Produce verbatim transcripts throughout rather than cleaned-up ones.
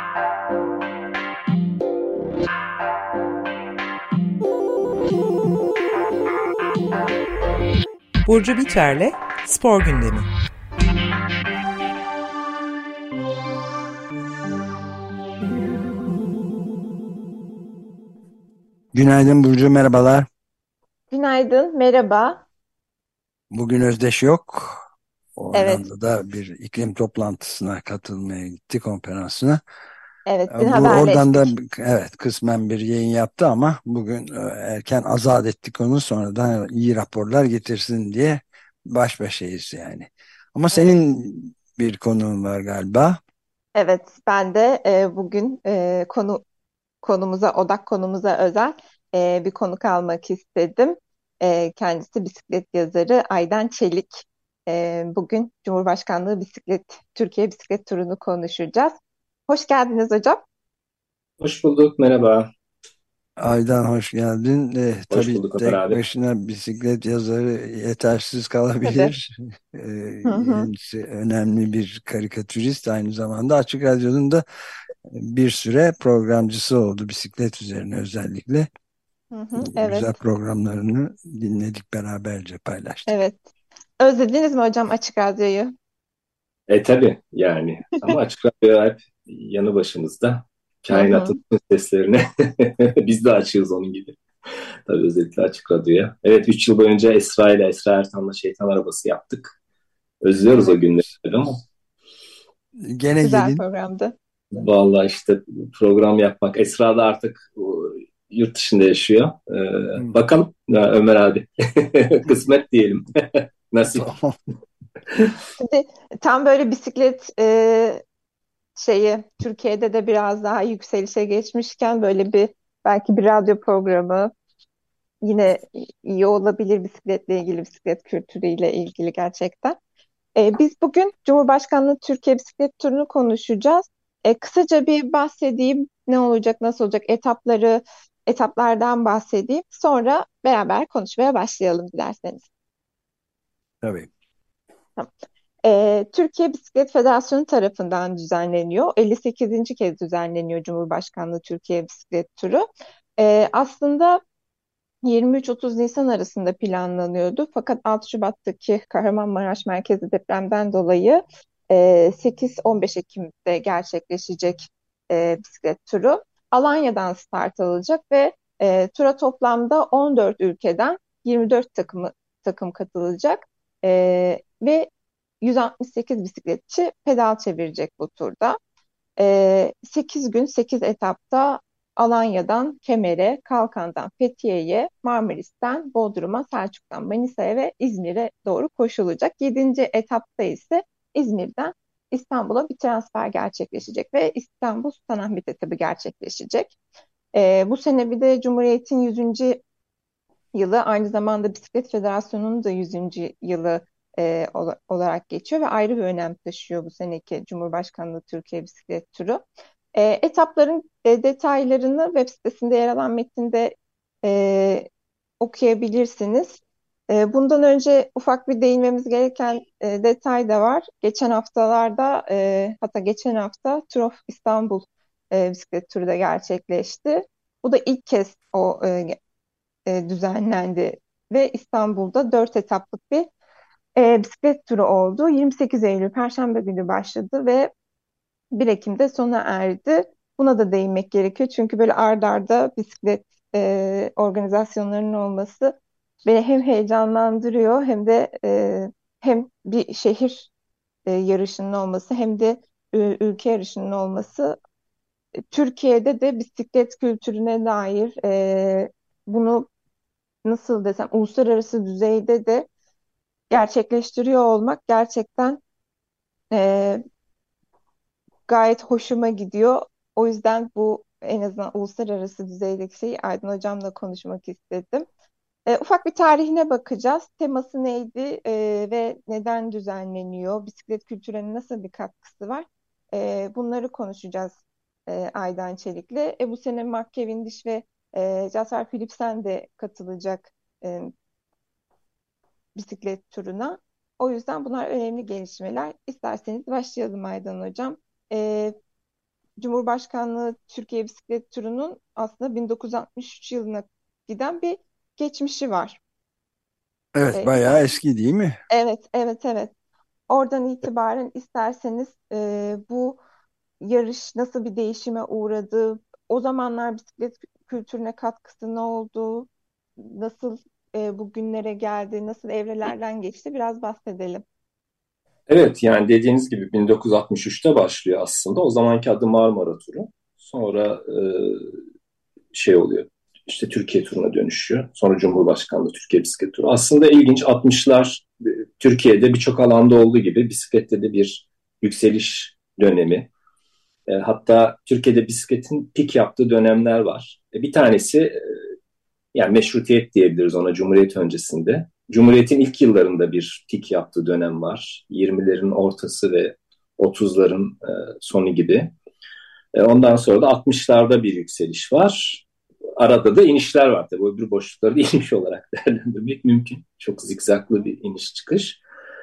Burcu Biterle Spor Gündemi. Günaydın Burcu, merhabalar. Günaydın, merhaba. Bugün Özdeş yok. Evet, Hollanda'da bir iklim toplantısına katılmaya gitti, konferansına. evet, E, dün Bu oradan da haberleştik. evet kısmen bir yayın yaptı ama bugün e, erken azat ettik onu, sonradan iyi raporlar getirsin diye baş başayız yani. Ama Evet, senin bir konun var galiba. evet, ben de e, bugün e, konu konumuza, odak konumuza özel e, bir konuk almak istedim. E, kendisi bisiklet yazarı Aydan Çelik. E, bugün Cumhurbaşkanlığı Bisiklet, Türkiye Bisiklet Turu'nu konuşacağız. Hoş geldiniz hocam. Hoş bulduk, merhaba. Aydan hoş geldin. E, Hoş tabii bulduk Ömer tek abi. başına bisiklet yazarı yetersiz Tabii. kalabilir. E, Hı hı, Kendisi önemli bir karikatürist. Aynı zamanda Açık Radyo'nun da bir süre programcısı oldu. Bisiklet üzerine özellikle. hı hı, Güzel evet, programlarını dinledik, beraberce paylaştık. evet. Özlediniz mi hocam Açık Radyo'yu? E tabii yani ama Açık Radyo hep yanı başımızda. Hı hı. Kainatın tüm seslerine biz de açığız onun gibi. Tabii özellikle Açık Radyo'ya. Evet, üç yıl boyunca Esra ile Esra Ertan'la Şeytan Arabası yaptık. Özlüyoruz o Evet, günleri ama Gene güzel gelin. programdı. vallahi işte program yapmak. Esra da artık o, yurt dışında yaşıyor. Ee, Hı. bakalım ya, Ömer abi. Kısmet diyelim. Nasip. Tamam. Şimdi tam böyle bisiklet e, şeyi Türkiye'de de biraz daha yükselişe geçmişken böyle bir belki bir radyo programı yine iyi olabilir bisikletle ilgili, bisiklet kültürüyle ilgili gerçekten. E, biz bugün Cumhurbaşkanlığı Türkiye Bisiklet Turu'nu konuşacağız. E, kısaca bir bahsedeyim ne olacak, nasıl olacak etapları, etaplardan bahsedeyim. Sonra beraber konuşmaya başlayalım dilerseniz. Tabii. Tamam. Ee, Türkiye Bisiklet Federasyonu tarafından düzenleniyor. elli sekizinci kez düzenleniyor Cumhurbaşkanlığı Türkiye Bisiklet Turu. Ee, aslında yirmi üç otuz Nisan arasında planlanıyordu. Fakat altı Şubat'taki Kahramanmaraş merkezi depremden dolayı e, sekiz on beş Ekim'de gerçekleşecek e, bisiklet turu. Alanya'dan start alacak ve e, tura toplamda on dört ülkeden yirmi dört takımı takım katılacak. E, ve yüz altmış sekiz bisikletçi pedal çevirecek bu turda. Ee, sekiz gün sekiz etapta Alanya'dan Kemer'e, Kalkan'dan Fethiye'ye, Marmaris'ten Bodrum'a, Selçuk'tan Manisa'ya ve İzmir'e doğru koşulacak. Yedinci etapta ise İzmir'den İstanbul'a bir transfer gerçekleşecek ve İstanbul Sultanahmet etabı gerçekleşecek. Ee, bu sene bir de Cumhuriyet'in yüzüncü yılı aynı zamanda Bisiklet Federasyonu'nun da yüzüncü yılı e, ola- olarak geçiyor ve ayrı bir önem taşıyor bu seneki Cumhurbaşkanlığı Türkiye Bisiklet Turu. E, etapların e, detaylarını web sitesinde yer alan metinde e, okuyabilirsiniz. E, bundan önce ufak bir değinmemiz gereken e, detay da var. Geçen haftalarda e, hatta geçen hafta Tour of İstanbul e, bisiklet turu da gerçekleşti. Bu da ilk kez o e, e, düzenlendi ve İstanbul'da dört etaplık bir e, bisiklet turu oldu. yirmi sekiz Eylül Perşembe günü başladı ve bir Ekim'de sona erdi. Buna da değinmek gerekiyor çünkü böyle ard arda bisiklet e, organizasyonlarının olması beni hem heyecanlandırıyor hem de e, hem bir şehir e, yarışının olması hem de e, ülke yarışının olması Türkiye'de de bisiklet kültürüne dair e, bunu nasıl desem uluslararası düzeyde de gerçekleştiriyor olmak gerçekten e, gayet hoşuma gidiyor. O yüzden bu en azından uluslararası düzeydeki şeyi Aydın Hocam'la konuşmak istedim. E, ufak bir tarihine bakacağız. Teması neydi e, ve neden düzenleniyor? Bisiklet kültürüne nasıl bir katkısı var? E, bunları konuşacağız e, Aydan Çelik'le. E, bu sene Mark Cavendish ve e, Jasper Philipsen de katılacak e, bisiklet turuna. O yüzden bunlar önemli gelişmeler. İsterseniz başlayalım Aydan Hocam. Ee, Cumhurbaşkanlığı Türkiye Bisiklet Turu'nun aslında bin dokuz yüz altmış üç yılına giden bir geçmişi var. Evet, E, bayağı yani eski değil mi? evet, evet, evet. Oradan itibaren isterseniz e, bu yarış nasıl bir değişime uğradı, o zamanlar bisiklet kültürüne katkısı ne oldu, nasıl e, bugünlere geldi, nasıl evrelerden geçti biraz bahsedelim. Evet, yani dediğiniz gibi bin dokuz yüz altmış üçte başlıyor aslında. O zamanki adı Marmara Turu. Sonra e, şey oluyor. İşte Türkiye turuna dönüşüyor. Sonra Cumhurbaşkanlığı Türkiye Bisiklet Turu. Aslında ilginç, altmışlar e, Türkiye'de birçok alanda olduğu gibi bisiklette de bir yükseliş dönemi. E, hatta Türkiye'de bisikletin pik yaptığı dönemler var. E, bir tanesi e, yani meşrutiyet diyebiliriz ona, Cumhuriyet öncesinde. Cumhuriyet'in ilk yıllarında bir pik yaptığı dönem var. yirmilerin ortası ve otuzların e, sonu gibi. E, ondan sonra da altmışlarda bir yükseliş var. Arada da inişler var tabii. Öbür boşlukları da iniş olarak değerlendirmek mümkün. Çok zikzaklı bir iniş çıkış.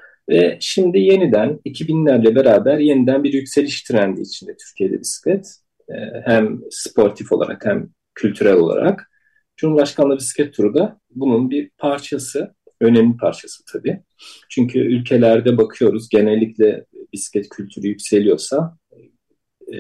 Ve şimdi yeniden iki binlerle beraber yeniden bir yükseliş trendi içinde Türkiye'de bisiklet. E, hem sportif olarak hem kültürel olarak. Cumhurbaşkanlığı Bisiklet Turu da bunun bir parçası. Önemli parçası tabii. Çünkü ülkelerde bakıyoruz genellikle bisiklet kültürü yükseliyorsa e,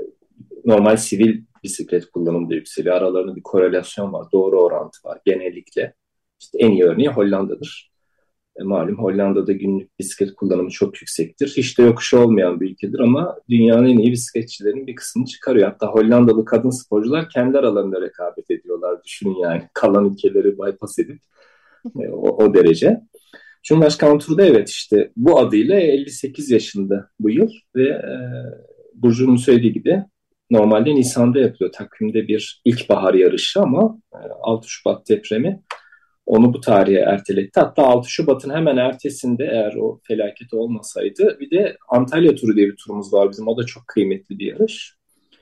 normal sivil bisiklet kullanımı da yükseliyor. Aralarında bir korelasyon var, doğru orantı var genellikle. İşte en iyi örneği Hollanda'dır. E, malum Hollanda'da günlük bisiklet kullanımı çok yüksektir. Hiç de yokuşu olmayan bir ülkedir ama dünyanın en iyi bisikletçilerinin bir kısmını çıkarıyor. Hatta Hollandalı kadın sporcular kendi aralarında rekabet ediyorlar. Düşünün yani kalan ülkeleri bypass edip e, o, o derece. Cumhurbaşkanlığı Turu da evet işte bu adıyla elli sekiz yaşında bu yıl ve e, Burcu'nun söylediği gibi normalde Nisan'da yapılıyor. Takvimde bir ilkbahar yarışı ama e, altı Şubat depremi onu bu tarihe erteletti. Hatta altı Şubat'ın hemen ertesinde eğer o felaket olmasaydı bir de Antalya Turu diye bir turumuz var bizim. O da çok kıymetli bir yarış.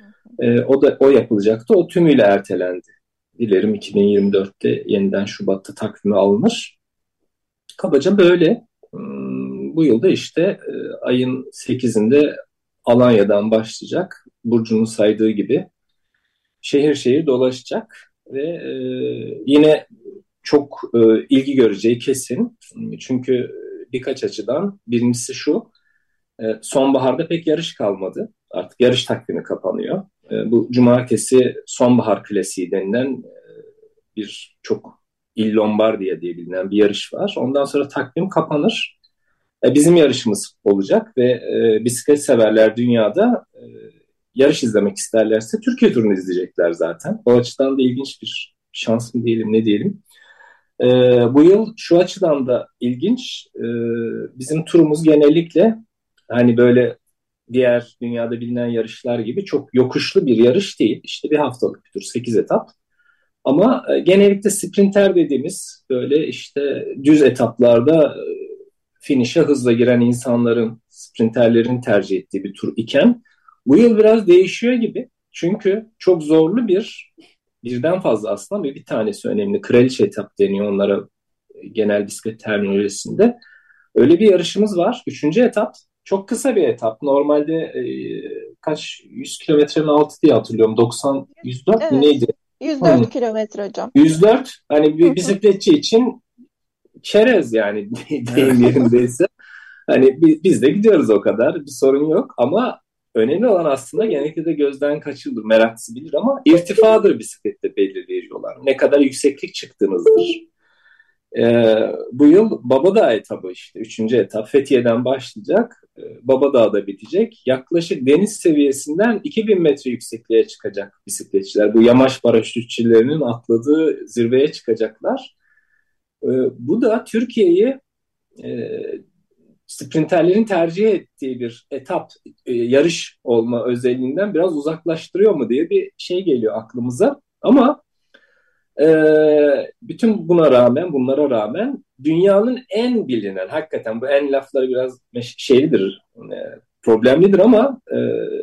E, o da o yapılacaktı. O tümüyle ertelendi. Dilerim iki bin yirmi dörtte yeniden Şubat'ta takvime alınır. Kabaca böyle. Hmm, bu yılda işte e, ayın sekizinde Alanya'dan başlayacak. Burcu'nun saydığı gibi şehir şehir dolaşacak ve e, yine çok e, ilgi göreceği kesin. Çünkü birkaç açıdan birincisi şu, e, sonbaharda pek yarış kalmadı. Artık yarış takvimi kapanıyor. E, bu cumartesi sonbahar klasiği denilen e, bir çok Il Lombardia diye bilinen bir yarış var. Ondan sonra takvim kapanır. E, bizim yarışımız olacak ve e, bisiklet severler dünyada e, yarış izlemek isterlerse Türkiye turunu izleyecekler zaten. O açıdan da ilginç bir şans mı diyelim ne diyelim. E, bu yıl şu açıdan da ilginç. E, bizim turumuz genellikle hani böyle diğer dünyada bilinen yarışlar gibi çok yokuşlu bir yarış değil. İşte bir haftalık bir tur, sekiz etap. Ama e, genellikle sprinter dediğimiz böyle işte düz etaplarda e, finish'e hızla giren insanların, sprinterlerin tercih ettiği bir tur iken bu yıl biraz değişiyor gibi. Çünkü çok zorlu bir, birden fazla aslında ve bir tanesi önemli. Kraliçe etap deniyor onlara e, genel bisiklet terminolojisinde. Öyle bir yarışımız var. Üçüncü etap. Çok kısa bir etap. Normalde e, kaç yüz kilometrenin altı diye hatırlıyorum. doksan, yüz dört mü Evet, neydi? Hmm. yüz dört kilometre hocam. yüz dört hani Hı bir hı. bisikletçi için çerez yani deyim Evet. yerindeyse. Hani bi- biz de gidiyoruz o kadar bir sorun yok ama önemli olan aslında genellikle de gözden kaçırılır. Meraklısı bilir ama irtifadır bisiklette belirleyici olan. Ne kadar yükseklik çıktığınızdır. Ee, bu yıl Babadağ etabı işte üçüncü etap Fethiye'den başlayacak. Ee, Babadağ'da bitecek. Yaklaşık deniz seviyesinden iki bin metre yüksekliğe çıkacak bisikletçiler. Bu yamaç paraşütçülerinin atladığı zirveye çıkacaklar. Ee, bu da Türkiye'yi e, sprinterlerin tercih ettiği bir etap e, yarış olma özelliğinden biraz uzaklaştırıyor mu diye bir şey geliyor aklımıza. Ama ee, bütün buna rağmen, bunlara rağmen dünyanın en bilinen, hakikaten bu en lafları biraz şeylidir, e, problemlidir ama e,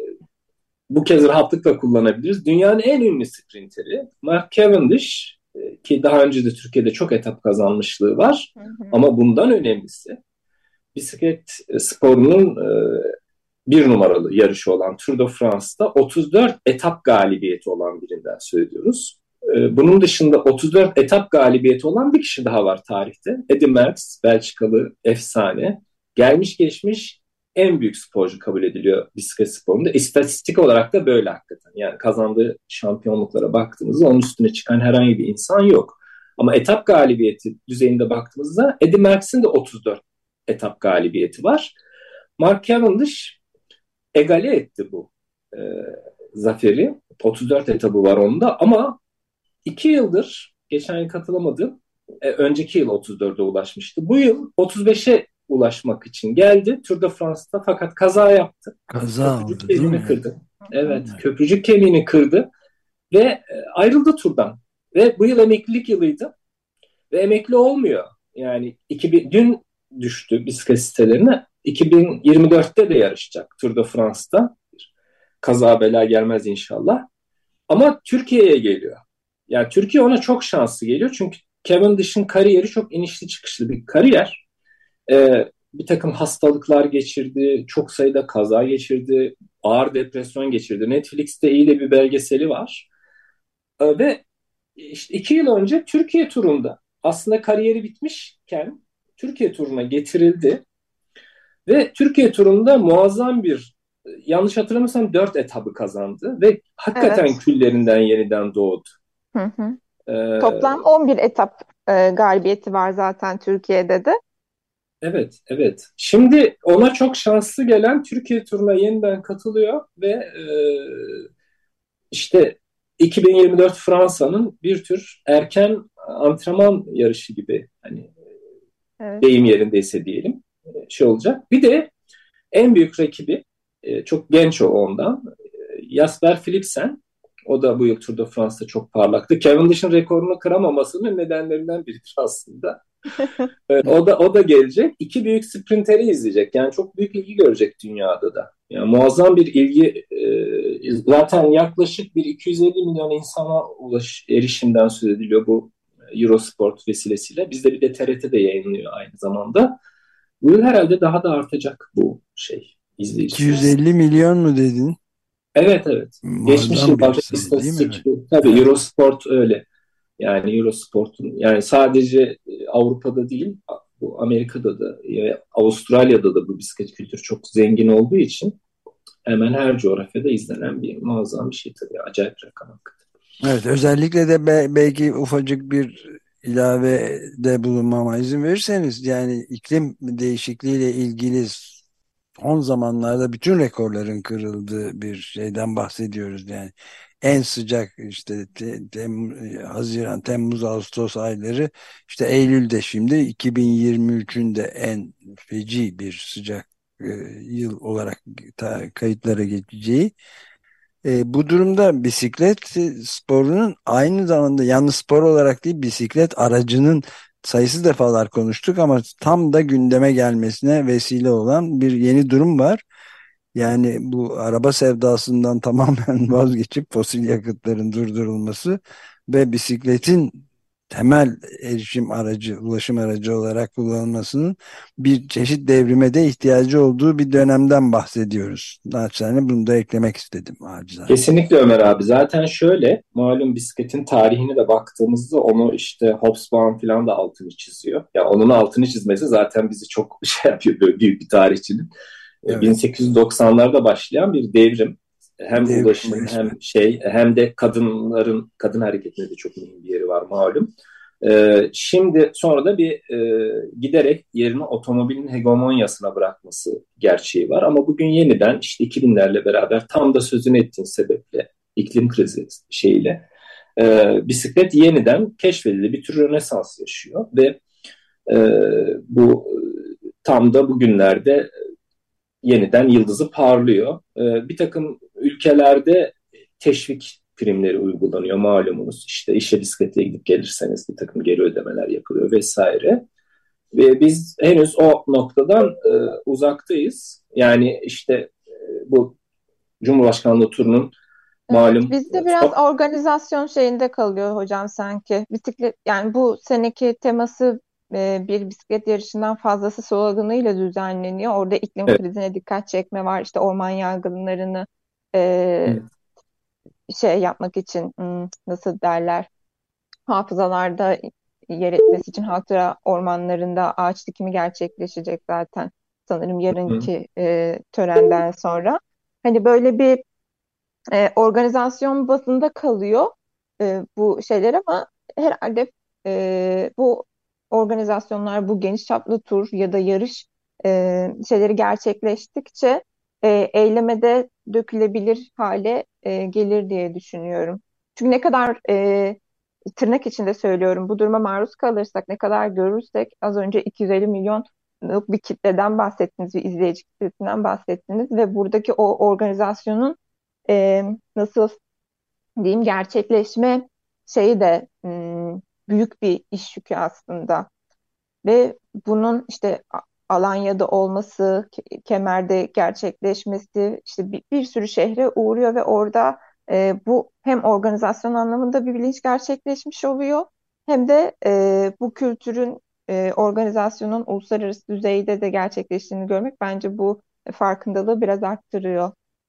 bu kez rahatlıkla kullanabiliriz. Dünyanın en ünlü sprinteri Mark Cavendish e, ki daha önce de Türkiye'de çok etap kazanmışlığı var. Hı hı. Ama bundan önemlisi bisiklet sporunun e, bir numaralı yarışı olan Tour de France'da otuz dört etap galibiyeti olan birinden söylüyoruz. Bunun dışında otuz dört etap galibiyeti olan bir kişi daha var tarihte. Eddy Merckx, Belçikalı efsane. Gelmiş geçmiş en büyük sporcu kabul ediliyor bisiklet sporunda. İstatistik olarak da böyle hakikaten. Yani kazandığı şampiyonluklara baktığımızda onun üstüne çıkan herhangi bir insan yok. Ama etap galibiyeti düzeyinde baktığımızda Eddy Merckx'in de otuz dört etap galibiyeti var. Mark Cavendish egale etti bu e, zaferi. otuz dört etabı var onda ama iki yıldır, geçen yıl katılamadı, e, önceki yıl otuz dörde ulaşmıştı. Bu yıl otuz beşe ulaşmak için geldi Tour de France'da fakat kaza yaptı. Kaza Köprücük oldu değil kemiğini mi? kırdı. Evet, Evet. köprücük kemiğini kırdı ve e, ayrıldı turdan. Ve bu yıl emeklilik yılıydı. Ve emekli olmuyor. Yani iki bin, dün düştü bisiklet sitelerine. iki bin yirmi dörtte de yarışacak Tour de France'da. Kaza bela gelmez inşallah. Ama Türkiye'ye geliyor. Yani Türkiye ona çok şanslı geliyor. Çünkü Cavendish'in kariyeri çok inişli çıkışlı bir kariyer. Ee, bir takım hastalıklar geçirdi. Çok sayıda kaza geçirdi. Ağır depresyon geçirdi. Netflix'te iyi de bir belgeseli var. Ee, ve işte iki yıl önce Türkiye turunda aslında kariyeri bitmişken Türkiye turuna getirildi. Ve Türkiye turunda muazzam bir, yanlış hatırlamıyorsam dört etabı kazandı. Ve hakikaten Evet. küllerinden yeniden doğdu. Hı hı. Ee, Toplam on bir etap e, galibiyeti var zaten Türkiye'de de. evet, evet. Şimdi ona çok şanslı gelen Türkiye turuna yeniden katılıyor ve e, işte iki bin yirmi dört Fransa'nın bir tür erken antrenman yarışı gibi, hani Evet. deyim yerindeyse diyelim, şey olacak. Bir de en büyük rakibi, e, çok genç o ondan, e, Jasper Philipsen. O da bu yıl Tour de France'da çok parlaktı. Cavendish'in rekorunu kıramamasının nedenlerinden biridir aslında. E, o da o da gelecek. İki büyük sprinteri izleyecek. Yani çok büyük ilgi görecek dünyada da. Yani muazzam bir ilgi. E, zaten yaklaşık bir iki yüz elli milyon insana ulaş erişimden söz ediliyor bu Eurosport vesilesiyle. Bizde bir de T R T'de yayınlıyor aynı zamanda. Bu yıl herhalde daha da artacak bu şey, izleyici sayısı. iki yüz elli milyon mu dedin? Evet, evet. Geçmiş Muazzam bir yıllarda sayı değil mi? istatistik, tabii Evet. Eurosport öyle. Yani Eurosport'un, yani sadece e, Avrupa'da değil, bu Amerika'da da, e, Avustralya'da da bu bisiklet kültürü çok zengin olduğu için hemen her coğrafyada izlenen bir muazzam bir şey tabii. Acayip rakam hakikaten. Evet, özellikle de be- belki ufacık bir ilave de bulunmama izin verirseniz, yani iklim değişikliğiyle ilgili son zamanlarda bütün rekorların kırıldığı bir şeyden bahsediyoruz. Yani en sıcak işte te, tem, Haziran, Temmuz, Ağustos ayları, işte Eylül'de, şimdi iki bin yirmi üçün de en feci bir sıcak e, yıl olarak ta, kayıtlara geçeceği. E, bu durumda bisiklet e, sporunun aynı zamanda, yalnız spor olarak değil, bisiklet aracının sayısı defalar konuştuk ama tam da gündeme gelmesine vesile olan bir yeni durum var. Yani bu araba sevdasından tamamen vazgeçip fosil yakıtların durdurulması ve bisikletin temel erişim aracı, ulaşım aracı olarak kullanılmasının bir çeşit devrime de ihtiyacı olduğu bir dönemden bahsediyoruz. Naçizane bunu da eklemek istedim acizane. Kesinlikle Ömer abi. Zaten şöyle, malum bisikletin tarihine de baktığımızda onu işte Hobsbawm falan da altını çiziyor. Ya yani onun altını çizmesi zaten bizi çok şey yapıyor, böyle büyük bir tarihçinin. Evet. bin sekiz yüz doksanlarda başlayan bir devrim. Hem Devrim ulaşımın resmen. hem şey hem de kadınların, kadın hareketinde de çok mühim bir yeri var malum. Ee, şimdi sonra da bir e, giderek yerini otomobilin hegemonyasına bırakması gerçeği var. Ama bugün yeniden işte iki binlerle beraber, tam da sözünü ettiğin sebeple, iklim krizi şeyiyle e, bisiklet yeniden keşfedildi. Bir tür rönesans yaşıyor ve e, bu tam da bugünlerde yeniden yıldızı parlıyor. E, bir takım ülkelerde teşvik primleri uygulanıyor malumunuz. İşte işe bisikletle gidip gelirseniz bir takım geri ödemeler yapılıyor vesaire. Ve biz henüz o noktadan e, uzaktayız. Yani işte e, bu Cumhurbaşkanlığı turunun malum... Evet, bizde biraz organizasyon şeyinde kalıyor hocam sanki. Bisiklet, yani bu seneki teması e, bir bisiklet yarışından fazlası sloganıyla düzenleniyor. Orada iklim Evet. krizine dikkat çekme var. İşte orman yangınlarını e, Hı. şey yapmak için, hmm, nasıl derler, hafızalarda yer etmesi için hatıra ormanlarında ağaç dikimi gerçekleşecek zaten sanırım Hı. yarınki e, törenden sonra. Hani böyle bir e, organizasyon bazında kalıyor e, bu şeyler ama herhalde e, bu organizasyonlar, bu geniş çaplı tur ya da yarış e, şeyleri gerçekleştikçe e, eyleme de dökülebilir hale e, gelir diye düşünüyorum. Çünkü ne kadar e, tırnak içinde söylüyorum bu duruma maruz kalırsak, ne kadar görürsek, az önce iki yüz elli milyonluk bir kitleden bahsettiniz, bir izleyici kitlesinden bahsettiniz ve buradaki o organizasyonun e, nasıl diyeyim gerçekleşme şeyi de hmm, büyük bir iş yükü aslında ve bunun işte A- Alanya'da olması, Ke- Kemer'de gerçekleşmesi işte bir, bir sürü şehre uğruyor ve orada e, bu hem organizasyon anlamında bir bilinç gerçekleşmiş oluyor hem de e, bu kültürün e, organizasyonun uluslararası düzeyde de gerçekleştiğini görmek bence bu farkındalığı biraz arttırıyor.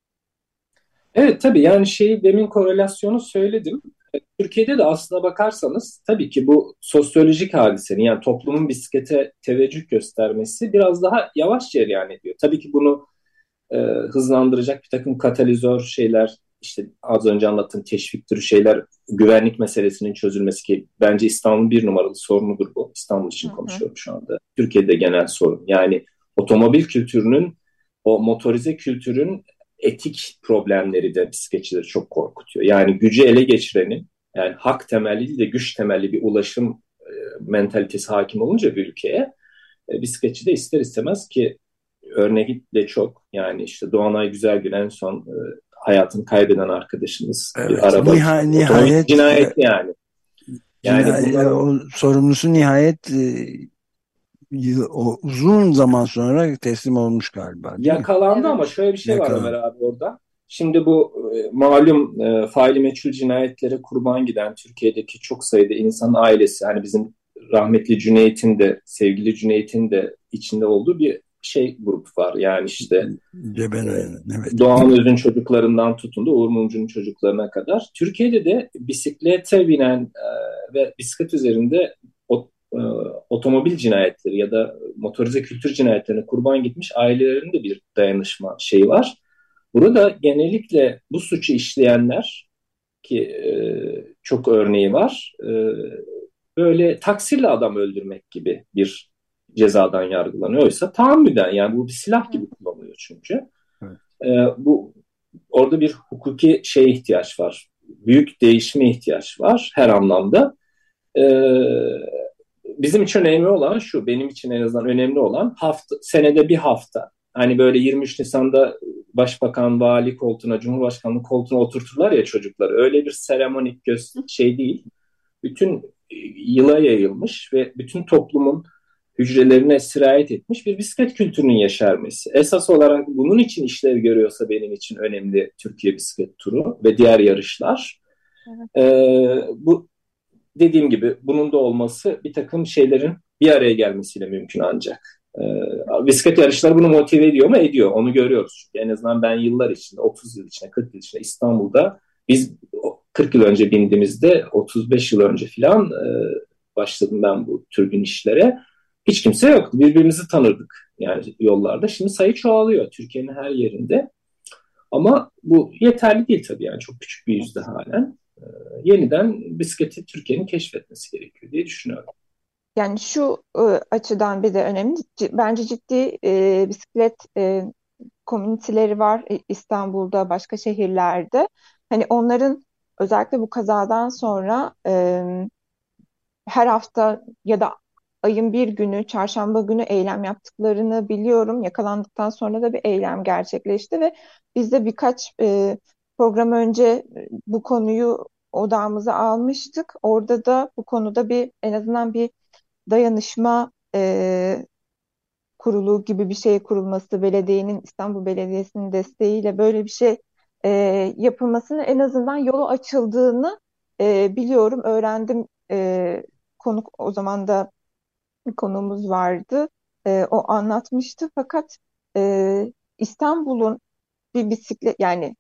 Evet, tabii yani şeyi demin korelasyonu söyledim. Türkiye'de de aslına bakarsanız tabii ki bu sosyolojik hadisenin yani toplumun bisiklete teveccüh göstermesi biraz daha yavaş cereyan ediyor. Tabii ki bunu e, hızlandıracak bir takım katalizör şeyler işte az önce anlattığım teşvik türü şeyler güvenlik meselesinin çözülmesi ki bence İstanbul'un bir numaralı sorunudur bu. İstanbul için Hı hı. konuşuyorum şu anda. Türkiye'de genel sorun. Yani otomobil kültürünün o motorize kültürün etik problemleri de bisikletçileri çok korkutuyor. Yani gücü ele geçirenin yani hak temelli değil de güç temelli bir ulaşım e, mentalitesi hakim olunca bir ülkeye e, bisikletçi de ister istemez ki örneği de çok. Yani işte Doğanay Güzelgün en son e, hayatını kaybeden arkadaşımız bir Evet, araba niha otomobil nihayet e, cinayeti yani. Yani cinayet, bunlar o sorumlusu nihayet e, yıl- o uzun zaman sonra teslim olmuş galiba, değil mi? yakalandı ama Evet. şöyle bir şey var Ömer Yakalan. abi orada. Şimdi bu e, malum e, faili meçhul cinayetlere kurban giden Türkiye'deki çok sayıda insan ailesi hani bizim rahmetli Cüneyt'in de sevgili Cüneyt'in de içinde olduğu bir şey grup var. Yani işte Ceben e, oyunu. Evet. Doğan Öz'ün çocuklarından tutun da Uğur Mumcu'nun çocuklarına kadar. Türkiye'de de bisiklete binen e, ve bisiklet üzerinde o, e, otomobil cinayetleri ya da motorize kültür cinayetlerine kurban gitmiş ailelerin de bir dayanışma şeyi var. Burada genellikle bu suçu işleyenler ki e, çok örneği var. E, böyle taksirle adam öldürmek gibi bir cezadan yargılanıyor. Oysa tahammüden yani bu bir silah gibi kullanılıyor çünkü. Evet. E, bu orada bir hukuki şeye ihtiyaç var. Büyük değişime ihtiyaç var her anlamda. E, bizim için önemli olan şu, benim için en azından önemli olan hafta, senede bir hafta. Hani böyle yirmi üç Nisan'da başbakan, vali koltuğuna, cumhurbaşkanlığı koltuğuna oturturlar ya çocukları. Öyle bir seremonik göz şey değil. Bütün e, yıla yayılmış ve bütün toplumun hücrelerine sirayet etmiş bir bisiklet kültürünün yeşermesi. Esas olarak bunun için işlev görüyorsa benim için önemli Türkiye Bisiklet Turu ve diğer yarışlar. Evet. Ee, bu dediğim gibi bunun da olması bir takım şeylerin bir araya gelmesiyle mümkün ancak. Ee, bisiklet yarışları bunu motive ediyor mu? Ediyor. Onu görüyoruz. Çünkü en azından ben yıllar içinde, otuz yıl içinde, kırk yıl içinde İstanbul'da biz kırk yıl önce bindiğimizde otuz beş yıl önce falan e, başladım ben bu türbin işlere. Hiç kimse yoktu. Birbirimizi tanırdık yani yollarda. Şimdi sayı çoğalıyor Türkiye'nin her yerinde. Ama bu yeterli değil tabii yani çok küçük bir yüzde halen. Ee, yeniden bisikleti Türkiye'nin keşfetmesi gerekiyor diye düşünüyorum. Yani şu e, açıdan bir de önemli. C- Bence ciddi e, bisiklet e, komüniteleri var e, İstanbul'da, başka şehirlerde. Hani onların özellikle bu kazadan sonra e, her hafta ya da ayın bir günü, çarşamba günü eylem yaptıklarını biliyorum. Yakalandıktan sonra da bir eylem gerçekleşti ve biz de birkaç e, program önce e, bu konuyu odağımıza almıştık. Orada da bu konuda bir en azından bir dayanışma e, kurulu gibi bir şey kurulması, belediyenin, İstanbul Belediyesi'nin desteğiyle böyle bir şey e, yapılmasının en azından yolu açıldığını e, biliyorum, öğrendim. E, konuk o zaman da bir konumuz vardı. E, o anlatmıştı. Fakat e, İstanbul'un bir bisiklet, yani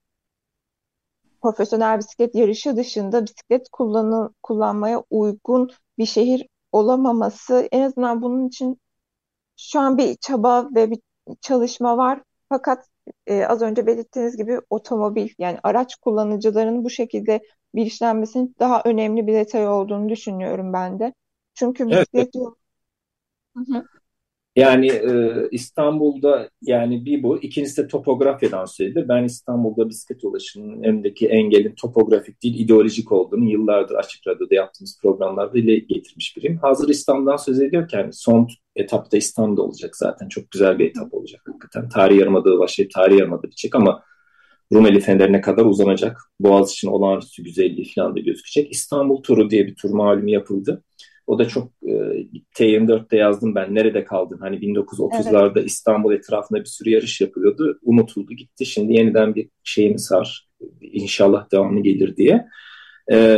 profesyonel bisiklet yarışı dışında bisiklet kullanı, kullanmaya uygun bir şehir olamaması, en azından bunun için şu an bir çaba ve bir çalışma var. Fakat e, az önce belirttiğiniz gibi otomobil, yani araç kullanıcılarının bu şekilde bilinçlenmesinin daha önemli bir detay olduğunu düşünüyorum ben de. Çünkü Evet. bisiklet yolu... Hı hı. Yani e, İstanbul'da yani bir bu. İkincisi de topografyadan söz edilir. Ben İstanbul'da bisiklet ulaşımının önündeki engelin topografik değil, ideolojik olduğunu yıllardır Açık Radyo'da yaptığımız programlarda dile getirmiş biriyim. Hazır İstanbul'dan söz ediyorken son etapta İstanbul'da olacak zaten. Çok güzel bir etap olacak hakikaten. Tarihi Yarımada'da başlayıp Tarihi Yarımada bitecek ama Rumeli Fener'ine kadar uzanacak. Boğaziçi'nin olağanüstü güzelliği falan da gözükecek. İstanbul turu diye bir tur malum yapıldı. O da çok e, T yirmi dörtte yazdım ben. Nerede kaldın? Hani Evet. bin dokuz yüz otuzlarda İstanbul etrafında bir sürü yarış yapılıyordu. Unutuldu gitti. Şimdi yeniden bir şeyimiz var. İnşallah devamı gelir diye. Ee,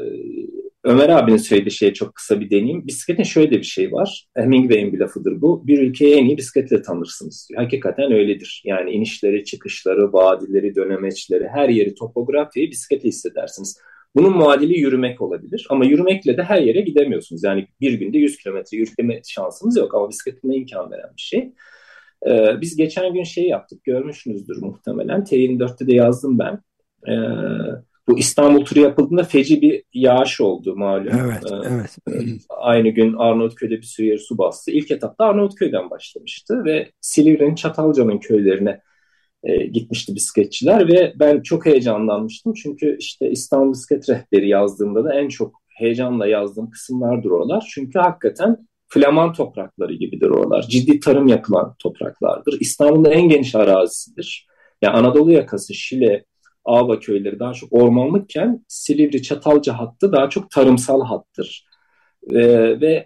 Ömer abinin söylediği şeye çok kısa bir deneyeyim. Bisikletin şöyle bir şey var. Hemingway'in bir lafıdır bu. Bir ülkeyi en iyi bisikletle tanırsınız diyor. Hakikaten öyledir. Yani inişleri, çıkışları, vadileri, dönemeçleri, her yeri, topografyayı bisikletle hissedersiniz. Bunun muadili yürümek olabilir. Ama yürümekle de her yere gidemiyorsunuz. Yani bir günde yüz kilometre yürüme şansınız yok. Ama bisikletin imkan veren bir şey. Ee, biz geçen gün şey yaptık. Görmüşsünüzdür muhtemelen. T yirmi dörtte de yazdım ben. Ee, Bu İstanbul turu yapıldığında feci bir yağış oldu malum. Evet, evet. Ee, aynı gün Arnavutköy'de bir sürü yeri su bastı. İlk etapta Arnavutköy'den başlamıştı ve Silivri'nin Çatalca'nın köylerine e, gitmişti bisikletçiler ve ben çok heyecanlanmıştım. Çünkü işte İstanbul Bisiklet Rehberi yazdığımda da en çok heyecanla yazdığım kısımlardır oralar. Çünkü hakikaten Flaman toprakları gibidir oralar. Ciddi tarım yapılan topraklardır. İstanbul'un en geniş arazisidir. Yani Anadolu yakası, Şile, Ava köyleri daha çok ormanlıkken Silivri, Çatalca hattı daha çok tarımsal hattır. Ee, ve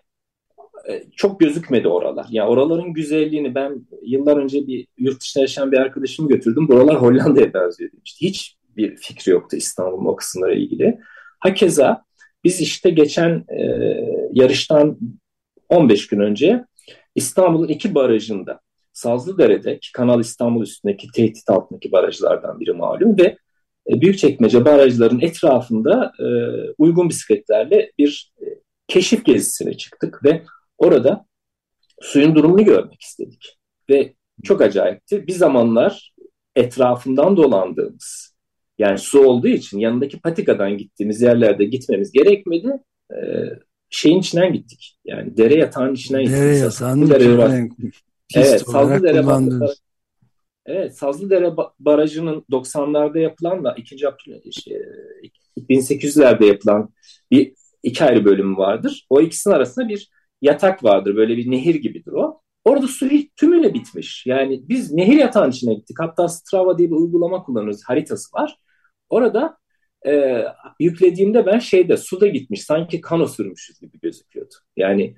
çok gözükmedi oralar. Yani oraların güzelliğini ben yıllar önce bir yurt dışında yaşayan bir arkadaşımı götürdüm. Buralar Hollanda'ya benziyor demişti. Hiç bir fikri yoktu İstanbul'un o kısımlara ilgili. Hakeza biz işte geçen e, yarıştan on beş gün önce İstanbul'un iki barajında Sazlıdere'de ki Kanal İstanbul üstündeki tehdit altındaki barajlardan biri malum ve e, Büyükçekmece barajların etrafında e, uygun bisikletlerle bir e, keşif gezisine çıktık ve orada suyun durumunu görmek istedik. Ve çok acayipti. Bir zamanlar etrafından dolandığımız, yani su olduğu için yanındaki patikadan gittiğimiz yerlerde gitmemiz gerekmedi. Ee, şeyin içinden gittik. Yani dere yatağının içinden gittik. Dere Mesela yatağının Sazlıdere var. içinden pist Evet, olarak Sazlıdere ba- kullandınız. Evet, Sazlıdere Barajı'nın doksanlarda yapılan da ikinci. Abdülhamit şey, bin sekiz yüzlerde yapılan bir iki ayrı bölümü vardır. O ikisinin arasında bir yatak vardır. Böyle bir nehir gibidir o. Orada su tümüyle bitmiş. Yani biz nehir yatağının içine gittik. Hatta Strava diye bir uygulama kullanıyoruz. Haritası var. Orada e, yüklediğimde ben şeyde suda gitmiş. Sanki kano sürmüşüz gibi gözüküyordu. Yani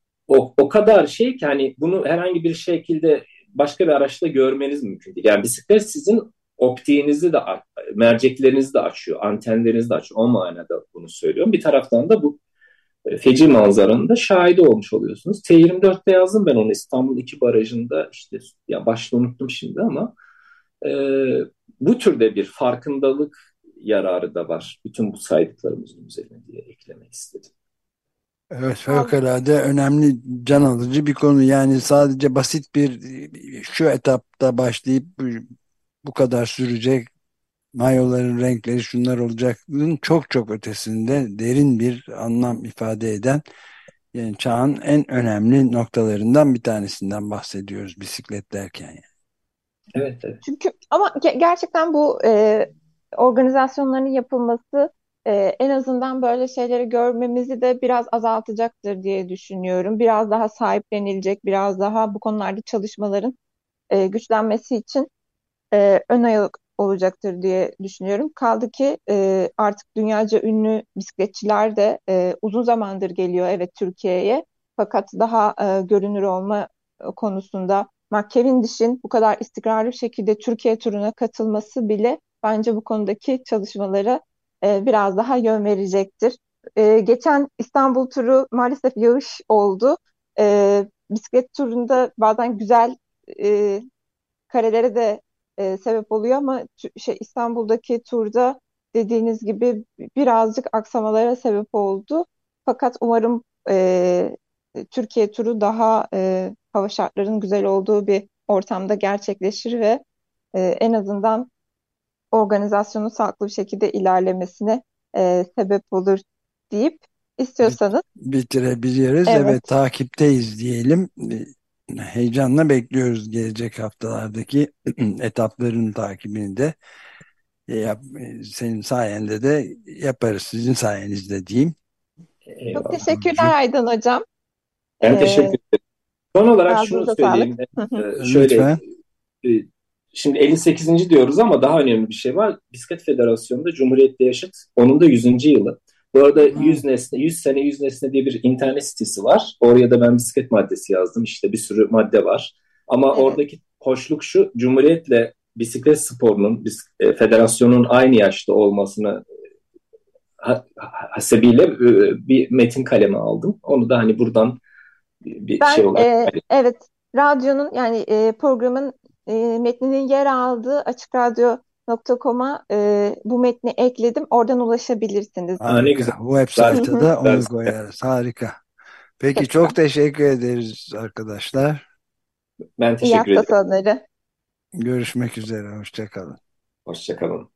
o, o kadar şey ki hani bunu herhangi bir şekilde başka bir araçla görmeniz mümkün değil. Yani bisiklet sizin optiğinizi de merceklerinizi de açıyor, antenlerinizi de açıyor. O manada bunu söylüyorum. Bir taraftan da bu feci manzaranın da şahidi olmuş oluyorsunuz. T yirmi dörtte yazdım ben onu İstanbul iki barajında işte ya başta unuttum şimdi ama e, bu türde bir farkındalık yararı da var. Bütün bu saydıklarımızın üzerine diye eklemek istedim. Evet, fevkalade önemli, can alıcı bir konu. Yani sadece basit bir şu etapta başlayıp bu, bu kadar sürecek, mayoların renkleri şunlar olacak. Bunun çok çok ötesinde derin bir anlam ifade eden, yani çağın en önemli noktalarından bir tanesinden bahsediyoruz bisiklet derken. Yani. Evet, evet. Çünkü ama ge- gerçekten bu e, organizasyonların yapılması e, en azından böyle şeyleri görmemizi de biraz azaltacaktır diye düşünüyorum. Biraz daha sahiplenilecek, biraz daha bu konularda çalışmaların e, güçlenmesi için e, ön ayak olacaktır diye düşünüyorum. Kaldı ki e, artık dünyaca ünlü bisikletçiler de e, uzun zamandır geliyor, evet, Türkiye'ye. Fakat daha e, görünür olma konusunda Mark Cavendish'in bu kadar istikrarlı bir şekilde Türkiye turuna katılması bile bence bu konudaki çalışmalara e, biraz daha yön verecektir. E, geçen İstanbul turu maalesef yağış oldu. e, bisiklet turunda bazen güzel e, karelere de e, sebep oluyor ama tü- şey İstanbul'daki turda dediğiniz gibi birazcık aksamalara sebep oldu. Fakat umarım e, Türkiye turu daha e, hava şartlarının güzel olduğu bir ortamda gerçekleşir ve e, en azından organizasyonun sağlıklı bir şekilde ilerlemesine e, sebep olur deyip Bit- istiyorsanız Bitirebiliriz. Evet, evet. takipteyiz diyelim. E, Heyecanla bekliyoruz gelecek haftalardaki etapların takibini de. E, yap- e, senin sayende de yaparız. Sizin sayenizde diyeyim. Çok Eyvallah. teşekkürler Burcu. Aydan Hocam. Ben E, teşekkür ederim. Son olarak şunu Ağzınıza sağlık. söyleyeyim. Hı hı. Ee, şöyle Lütfen. e, şimdi elli sekizinci diyoruz ama daha önemli bir şey var. Bisiklet Federasyonu'nda Cumhuriyet'le yaşıt. Onun da yüzüncü yılı. Bu arada Ha, yüz nesne, yüz sene yüz nesne diye bir internet sitesi var. Oraya da ben bisiklet maddesi yazdım. İşte bir sürü madde var. Ama Evet. oradaki hoşluk şu, Cumhuriyet'le bisiklet sporunun, bis- e, federasyonun aynı yaşta olmasını ha- hasebiyle e, bir metin kaleme aldım. Onu da hani buradan bir bir şey Ben olarak e, paylaşayım. evet radyonun yani e, programın e, metninin yer aldığı açık radyo nokta com'a e, bu metni ekledim. Oradan ulaşabilirsiniz. Ha, ne güzel. harika. Bu Hı Zaten website'a hı. da ben onu koyarız. Harika. Peki, Çok güzel. çok teşekkür ederiz arkadaşlar. ben İyi teşekkür hafta ediyorum. sonları. Görüşmek üzere. Hoşça kalın. Hoşça kalın.